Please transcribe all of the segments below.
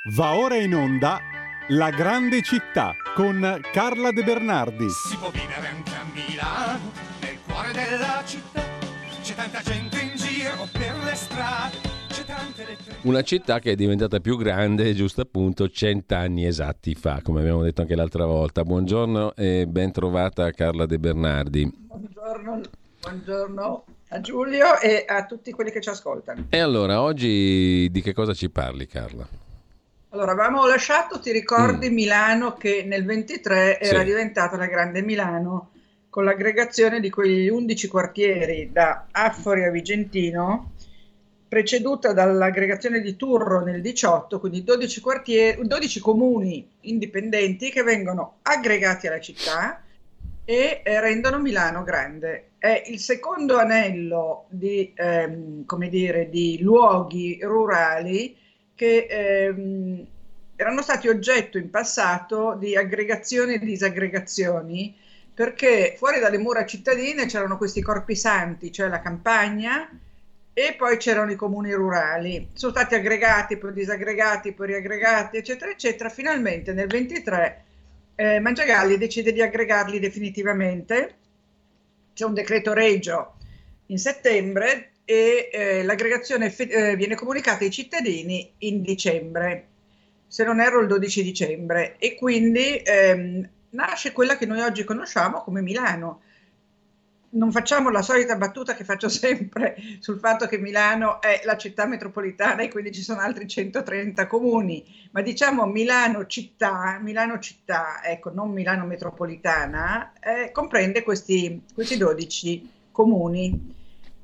Va ora in onda La grande città con Carla De Bernardi. Si può vivere anche a Milano, nel cuore della città. C'è tanta gente in giro per le strade. C'è tante lettere. Una città che è diventata più grande, giusto appunto, 100 anni esatti fa, come abbiamo detto anche l'altra volta. Buongiorno e ben trovata Carla De Bernardi. Buongiorno a Giulio e a tutti quelli che ci ascoltano. E allora, oggi di che cosa ci parli, Carla? Allora, avevamo lasciato, ti ricordi, Milano che nel 23 era Sì. diventata la Grande Milano con l'aggregazione di quegli 11 quartieri da Affori a Vigentino, preceduta dall'aggregazione di Turro nel 18, quindi 12 quartieri, 12 comuni indipendenti che vengono aggregati alla città e rendono Milano grande. È il secondo anello di, come dire, di luoghi rurali che erano stati oggetto in passato di aggregazioni e disaggregazioni, perché fuori dalle mura cittadine c'erano questi corpi santi, cioè la campagna, e poi c'erano i comuni rurali. Sono stati aggregati, poi disaggregati, poi riaggregati, eccetera, eccetera. Finalmente nel 23 Mangiagalli decide di aggregarli definitivamente. C'è un decreto regio in settembre e l'aggregazione viene comunicata ai cittadini in dicembre, se non erro il 12 dicembre, e quindi nasce quella che noi oggi conosciamo come Milano. Non facciamo la solita battuta che faccio sempre sul fatto che Milano è la città metropolitana e quindi ci sono altri 130 comuni, ma diciamo Milano città, ecco, non Milano metropolitana, comprende questi 12 comuni.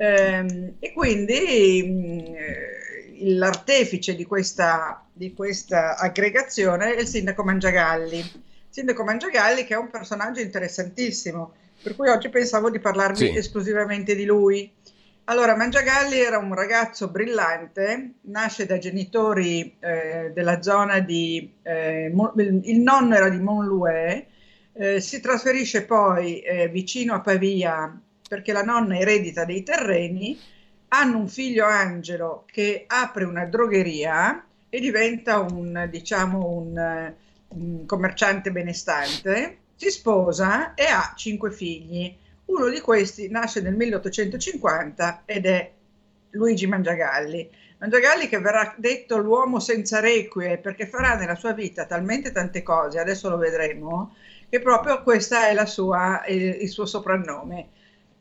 E quindi l'artefice di questa aggregazione è il sindaco Mangiagalli. Sindaco Mangiagalli, che è un personaggio interessantissimo, per cui oggi pensavo di parlarvi esclusivamente di lui. Allora, Mangiagalli era un ragazzo brillante, nasce da genitori della zona di... il nonno era di Montlouet, si trasferisce poi vicino a Pavia perché la nonna eredita dei terreni, hanno un figlio Angelo che apre una drogheria e diventa un commerciante benestante, si sposa e ha 5 figli. Uno di questi nasce nel 1850 ed è Luigi Mangiagalli. Mangiagalli che verrà detto l'uomo senza requie perché farà nella sua vita talmente tante cose, adesso lo vedremo, che proprio questa è il suo soprannome.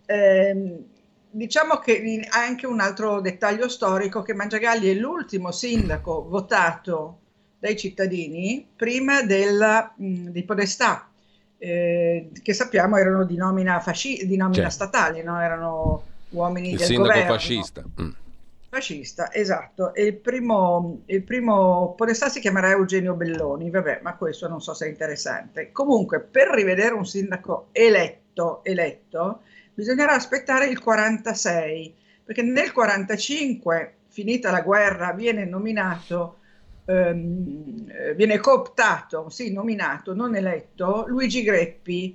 Diciamo che ha anche un altro dettaglio storico, che Mangiagalli è l'ultimo sindaco votato dai cittadini prima di Podestà, che sappiamo erano di nomina statale, no? Erano uomini del governo. Il sindaco fascista. Fascista, esatto. E il primo Podestà si chiamerà Eugenio Belloni, vabbè, ma questo non so se è interessante. Comunque, per rivedere un sindaco eletto, bisognerà aspettare il 46, perché nel 45, finita la guerra, viene nominato, viene cooptato, sì, nominato, non eletto, Luigi Greppi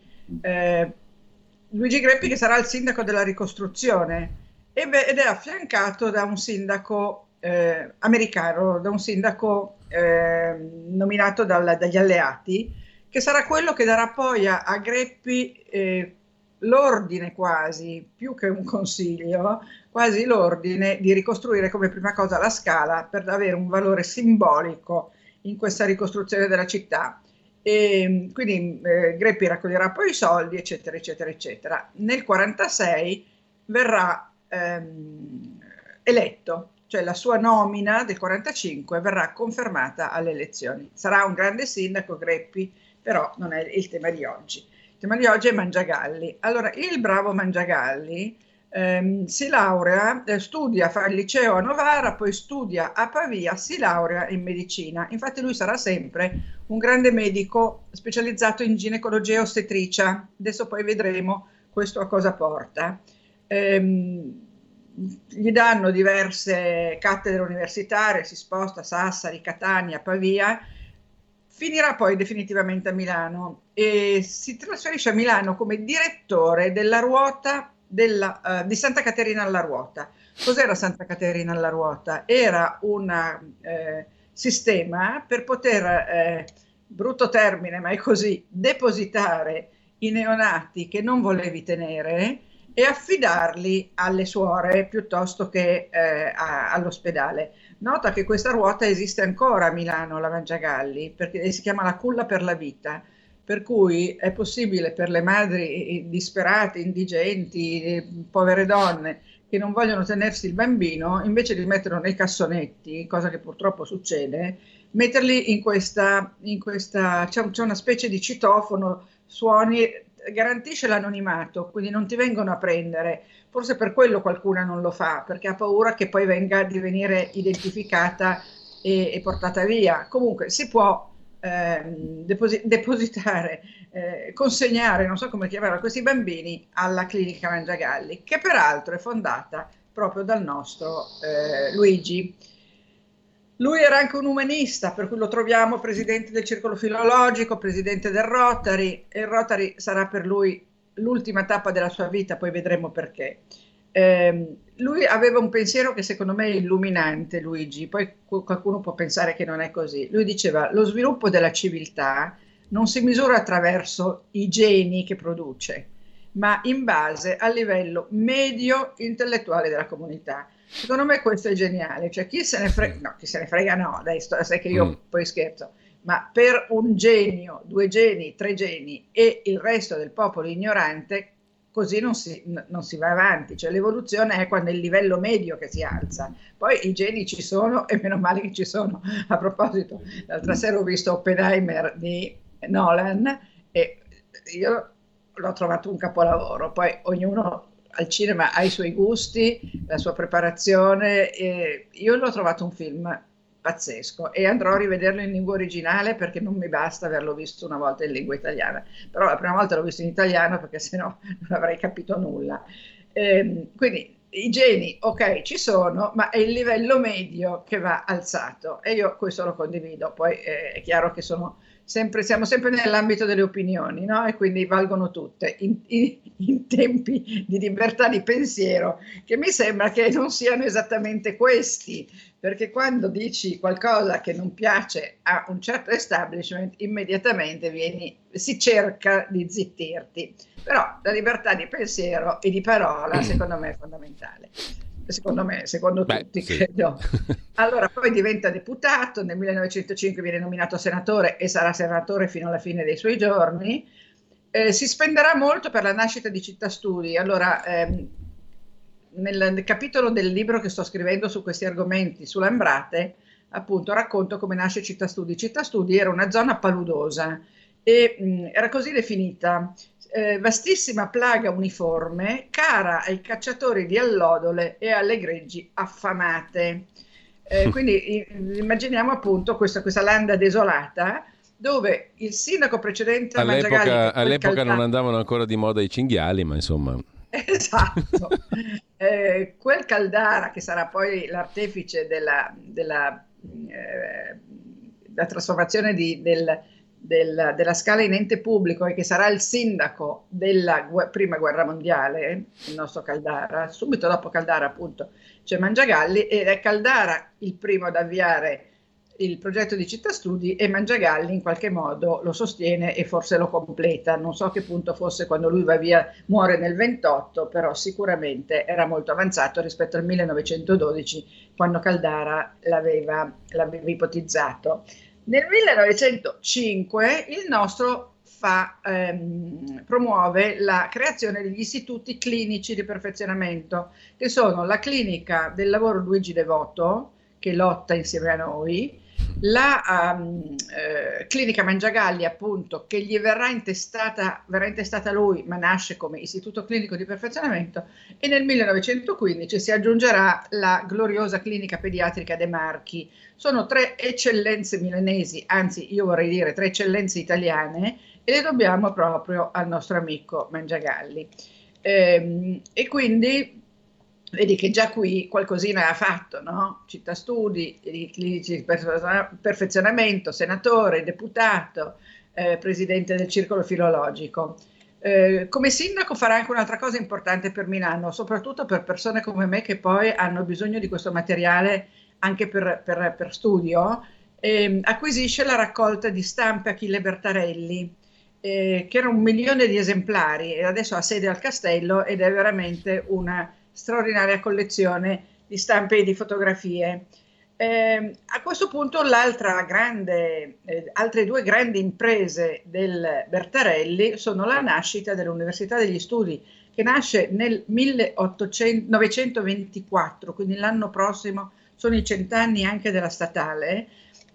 che sarà il sindaco della ricostruzione ed è affiancato da un sindaco americano, da un sindaco nominato dagli alleati, che sarà quello che darà poi a Greppi l'ordine, quasi, più che un consiglio, quasi l'ordine di ricostruire come prima cosa la Scala per avere un valore simbolico in questa ricostruzione della città. E quindi Greppi raccoglierà poi i soldi, eccetera, eccetera, eccetera. Nel 46 verrà eletto, cioè la sua nomina del 45 verrà confermata alle elezioni. Sarà un grande sindaco Greppi, però non è il tema di oggi. Il tema di oggi è Mangiagalli. Allora, il bravo Mangiagalli si laurea, studia, fa il liceo a Novara, poi studia a Pavia, si laurea in medicina. Infatti lui sarà sempre un grande medico specializzato in ginecologia e ostetricia. Adesso poi vedremo questo a cosa porta. Gli danno diverse cattedre universitarie, si sposta a Sassari, Catania, Pavia, finirà poi definitivamente a Milano e si trasferisce a Milano come direttore della ruota di Santa Caterina alla Ruota. Cos'era Santa Caterina alla Ruota? Era una sistema per poter, brutto termine, ma è così, depositare i neonati che non volevi tenere e affidarli alle suore piuttosto che all'ospedale. Nota che questa ruota esiste ancora a Milano, la Mangiagalli, perché si chiama la culla per la vita, per cui è possibile per le madri disperate, indigenti, povere donne che non vogliono tenersi il bambino, invece di metterlo nei cassonetti, cosa che purtroppo succede, metterli c'è una specie di citofono, suoni, garantisce l'anonimato, quindi non ti vengono a prendere. Forse per quello qualcuna non lo fa, perché ha paura che poi venga a divenire identificata e portata via. Comunque si può depositare, consegnare, non so come chiamarla, questi bambini alla clinica Mangiagalli, che peraltro è fondata proprio dal nostro Luigi. Lui era anche un umanista, per cui lo troviamo presidente del Circolo Filologico, presidente del Rotary, e il Rotary sarà per lui l'ultima tappa della sua vita, poi vedremo perché. Lui aveva un pensiero che secondo me è illuminante, Luigi, poi qualcuno può pensare che non è così. Lui diceva: lo sviluppo della civiltà non si misura attraverso i geni che produce, ma in base al livello medio intellettuale della comunità. Secondo me questo è geniale, cioè chi se ne frega no, dai, sai che io poi scherzo, ma per un genio, 2 geni, 3 geni e il resto del popolo ignorante, così non si va avanti, cioè l'evoluzione è quando è il livello medio che si alza, poi i geni ci sono e meno male che ci sono. A proposito, l'altra sera ho visto Oppenheimer di Nolan e io l'ho trovato un capolavoro, poi ognuno al cinema ha i suoi gusti, la sua preparazione, e io l'ho trovato un film pazzesco e andrò a rivederlo in lingua originale perché non mi basta averlo visto una volta in lingua italiana, però la prima volta l'ho visto in italiano perché sennò non avrei capito nulla. Quindi i geni, ok, ci sono, ma è il livello medio che va alzato e io questo lo condivido. Poi è chiaro che siamo sempre nell'ambito delle opinioni, no? E quindi valgono tutte in tempi di libertà di pensiero, che mi sembra che non siano esattamente questi, perché quando dici qualcosa che non piace a un certo establishment, immediatamente si cerca di zittirti. Però la libertà di pensiero e di parola, secondo me, è fondamentale. Secondo tutti, sì. Credo. Allora, poi diventa deputato, nel 1905 viene nominato senatore e sarà senatore fino alla fine dei suoi giorni. Si spenderà molto per la nascita di Città Studi. Allora, nel capitolo del libro che sto scrivendo su questi argomenti, sull'Ambrate, appunto, racconto come nasce Città Studi. Città Studi era una zona paludosa e era così definita: vastissima plaga uniforme, cara ai cacciatori di allodole e alle greggi affamate. Quindi immaginiamo appunto questa landa desolata dove il sindaco precedente all'epoca non andavano ancora di moda i cinghiali, ma insomma. Esatto. Quel Caldara, che sarà poi l'artefice della trasformazione della Scala in ente pubblico e che sarà il sindaco della prima guerra mondiale, il nostro Caldara, subito dopo Caldara appunto c'è Mangiagalli ed è Caldara il primo ad avviare il progetto di Città Studi e Mangiagalli in qualche modo lo sostiene e forse lo completa. Non so a che punto fosse quando lui va via, muore nel 28, però sicuramente era molto avanzato rispetto al 1912 quando Caldara l'aveva ipotizzato. Nel 1905 il nostro promuove la creazione degli istituti clinici di perfezionamento, che sono la clinica del lavoro Luigi Devoto, che lotta insieme a noi, la clinica Mangiagalli, appunto, che gli verrà intestata lui, ma nasce come istituto clinico di perfezionamento, e nel 1915 si aggiungerà la gloriosa clinica pediatrica De Marchi. Sono 3 eccellenze milanesi, anzi io vorrei dire 3 eccellenze italiane, e le dobbiamo proprio al nostro amico Mangiagalli. E quindi vedi che già qui qualcosina ha fatto, no? Città Studi, clinici di perfezionamento, senatore, deputato, presidente del Circolo Filologico. Come sindaco farà anche un'altra cosa importante per Milano, soprattutto per persone come me che poi hanno bisogno di questo materiale anche per studio, acquisisce la raccolta di stampe Achille Bertarelli, che era 1 milione di esemplari, e adesso ha sede al castello ed è veramente una straordinaria collezione di stampe e di fotografie. A questo punto altre due grandi imprese del Bertarelli sono la nascita dell'Università degli Studi, che nasce nel 1924, quindi l'anno prossimo sono i 100 anni anche della statale,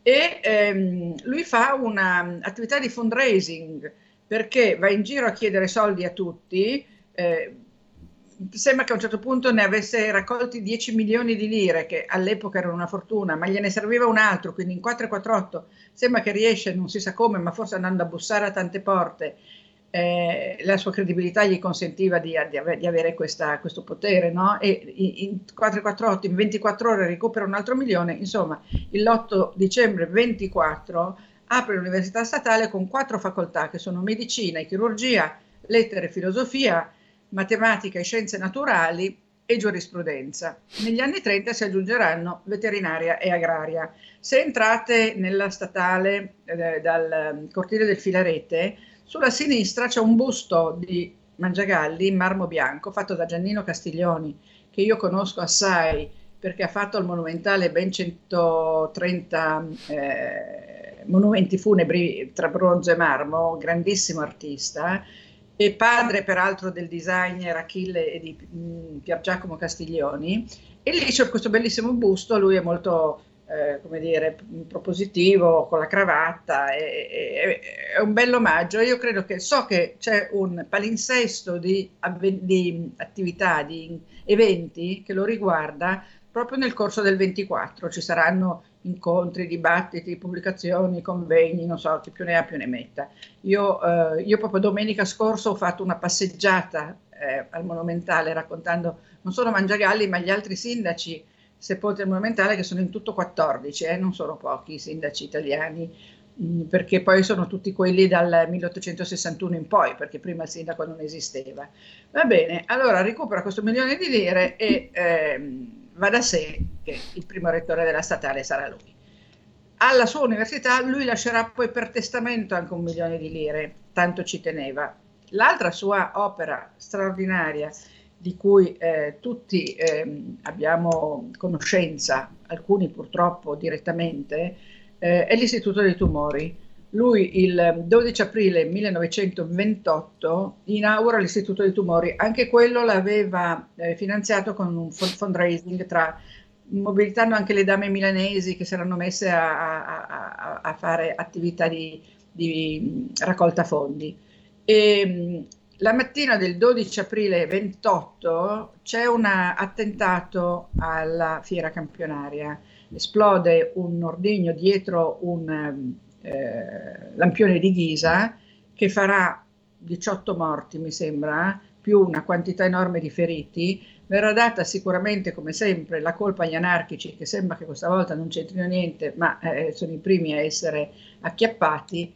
e lui fa un'attività di fundraising, perché va in giro a chiedere soldi a tutti. Sembra che a un certo punto ne avesse raccolti 10 milioni di lire, che all'epoca erano una fortuna, ma gliene serviva un altro, quindi in 448 sembra che riesce, non si sa come, ma forse andando a bussare a tante porte, la sua credibilità gli consentiva di avere questo potere, no? E in 448, in 24 ore recupera un altro milione. Insomma, l'8 dicembre 24 apre l'Università Statale con 4 facoltà, che sono medicina, chirurgia, lettere, filosofia, matematica e scienze naturali e giurisprudenza. Negli anni 30 si aggiungeranno veterinaria e agraria. Se entrate nella statale dal cortile del Filarete, sulla sinistra c'è un busto di Mangiagalli in marmo bianco fatto da Giannino Castiglioni, che io conosco assai perché ha fatto al Monumentale ben 130 monumenti funebri tra bronzo e marmo, grandissimo artista, e padre peraltro del designer Achille e di Pier Giacomo Castiglioni. E lì c'è questo bellissimo busto, lui è molto come dire, propositivo, con la cravatta, è un bel omaggio. Io credo so che c'è un palinsesto di attività, di eventi che lo riguarda proprio nel corso del 24. Ci saranno incontri, dibattiti, pubblicazioni, convegni, non so, chi più ne ha più ne metta. Io proprio domenica scorsa ho fatto una passeggiata al Monumentale raccontando non solo Mangiagalli ma gli altri sindaci sepolti al Monumentale, che sono in tutto 14, non sono pochi i sindaci italiani, perché poi sono tutti quelli dal 1861 in poi, perché prima il sindaco non esisteva. Va bene, allora recupera questo milione di lire e va da sé che il primo rettore della statale sarà lui. Alla sua università lui lascerà poi per testamento anche 1 milione di lire, tanto ci teneva. L'altra sua opera straordinaria, di cui tutti abbiamo conoscenza, alcuni purtroppo direttamente, è l'Istituto dei Tumori. Lui il 12 aprile 1928 inaugura l'Istituto dei Tumori, anche quello l'aveva finanziato con un fundraising, mobilitando anche le dame milanesi che si erano messe a fare attività di raccolta fondi. E la mattina del 12 aprile 28 c'è un attentato alla fiera campionaria, esplode un ordigno dietro un lampione di ghisa che farà 18 morti, mi sembra, più una quantità enorme di feriti. Verrà data sicuramente, come sempre, la colpa agli anarchici, che sembra che questa volta non c'entrino niente, ma sono i primi a essere acchiappati.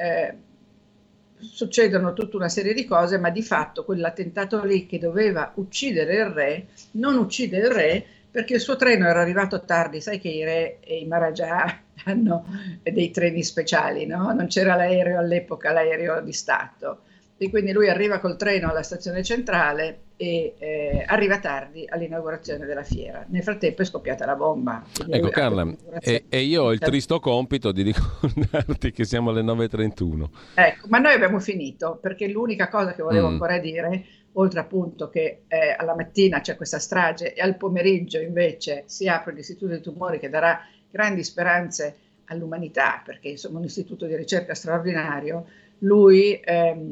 Succedono tutta una serie di cose, ma di fatto quell'attentato lì, che doveva uccidere il re, non uccide il re perché il suo treno era arrivato tardi. Sai che i re e i Maharaja hanno dei treni speciali, no? Non c'era l'aereo all'epoca, l'aereo di Stato, e quindi lui arriva col treno alla stazione centrale e arriva tardi all'inaugurazione della fiera. Nel frattempo è scoppiata la bomba. Ecco Carla, e io ho il tristo compito di ricordarti che siamo alle 9:31. Ecco, ma noi abbiamo finito, perché l'unica cosa che volevo ancora dire, oltre appunto che alla mattina c'è questa strage e al pomeriggio invece si apre l'Istituto dei Tumori, che darà grandi speranze all'umanità, perché insomma un istituto di ricerca straordinario. Lui,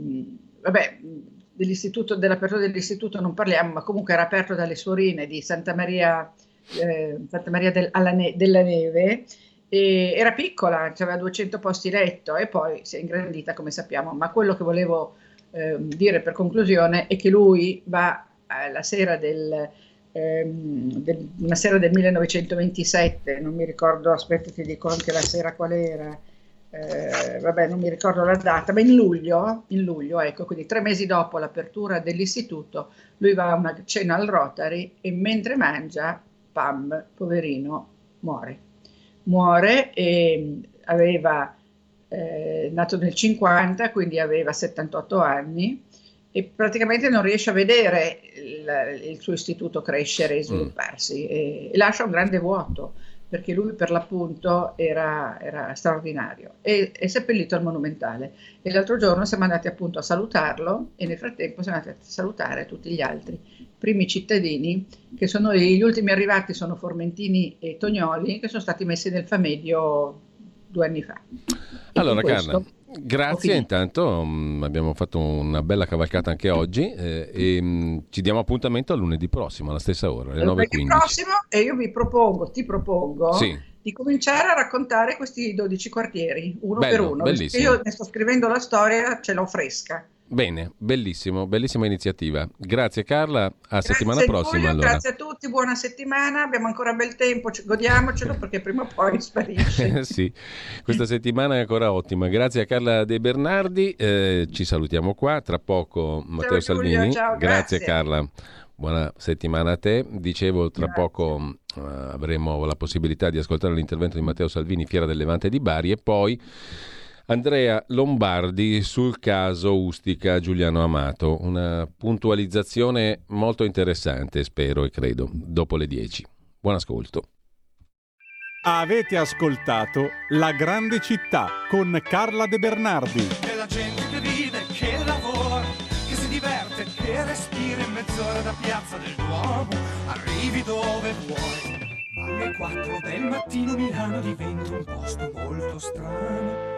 dell'apertura dell'istituto non parliamo, ma comunque era aperto dalle suorine di Santa Maria della Neve, e era piccola, aveva 200 posti letto e poi si è ingrandita, come sappiamo. Ma quello che volevo dire per conclusione è che lui va la sera una sera del 1927, non mi ricordo, aspetta ti dico anche la sera qual era, non mi ricordo la data, ma in luglio, ecco, quindi 3 mesi dopo l'apertura dell'istituto, lui va a una cena al Rotary e mentre mangia, pam, poverino, muore. muore e aveva nato nel 50, quindi aveva 78 anni e praticamente non riesce a vedere il suo istituto crescere e svilupparsi e lascia un grande vuoto, perché lui per l'appunto era straordinario. E è seppellito al Monumentale. E l'altro giorno siamo andati appunto a salutarlo e nel frattempo siamo andati a salutare tutti gli altri primi cittadini, che sono gli ultimi arrivati, sono Formentini e Tognoli, che sono stati messi nel Famedio 2 anni fa. Allora Carla, grazie, intanto abbiamo fatto una bella cavalcata anche oggi e ci diamo appuntamento a lunedì prossimo alla stessa ora, alle 9:15. Prossimo, e io ti propongo sì, di cominciare a raccontare questi 12 quartieri, uno bello, per uno, bellissimo. io ne sto scrivendo la storia, ce l'ho fresca. Bene, bellissimo, bellissima iniziativa. Grazie Carla, a settimana prossima. Giulio, allora. Grazie a tutti, buona settimana, abbiamo ancora bel tempo, godiamocelo perché prima o poi sparisce. Sì, questa settimana è ancora ottima. Grazie a Carla De Bernardi, ci salutiamo qua, tra poco Matteo Ciao, Giulio, Salvini. ciao, grazie grazie Carla, buona settimana a te. Dicevo, tra poco avremo la possibilità di ascoltare l'intervento di Matteo Salvini, Fiera del Levante di Bari, e poi Andrea Lombardi sul caso Ustica Giuliano Amato, una puntualizzazione molto interessante, spero e credo, dopo le 10. Buon ascolto. Avete ascoltato La Grande Città con Carla De Bernardi. Della gente che vive, che lavora, che si diverte, che respira in mezz'ora da Piazza del Duomo, arrivi dove vuoi. Ma alle 4 del mattino Milano diventa un posto molto strano.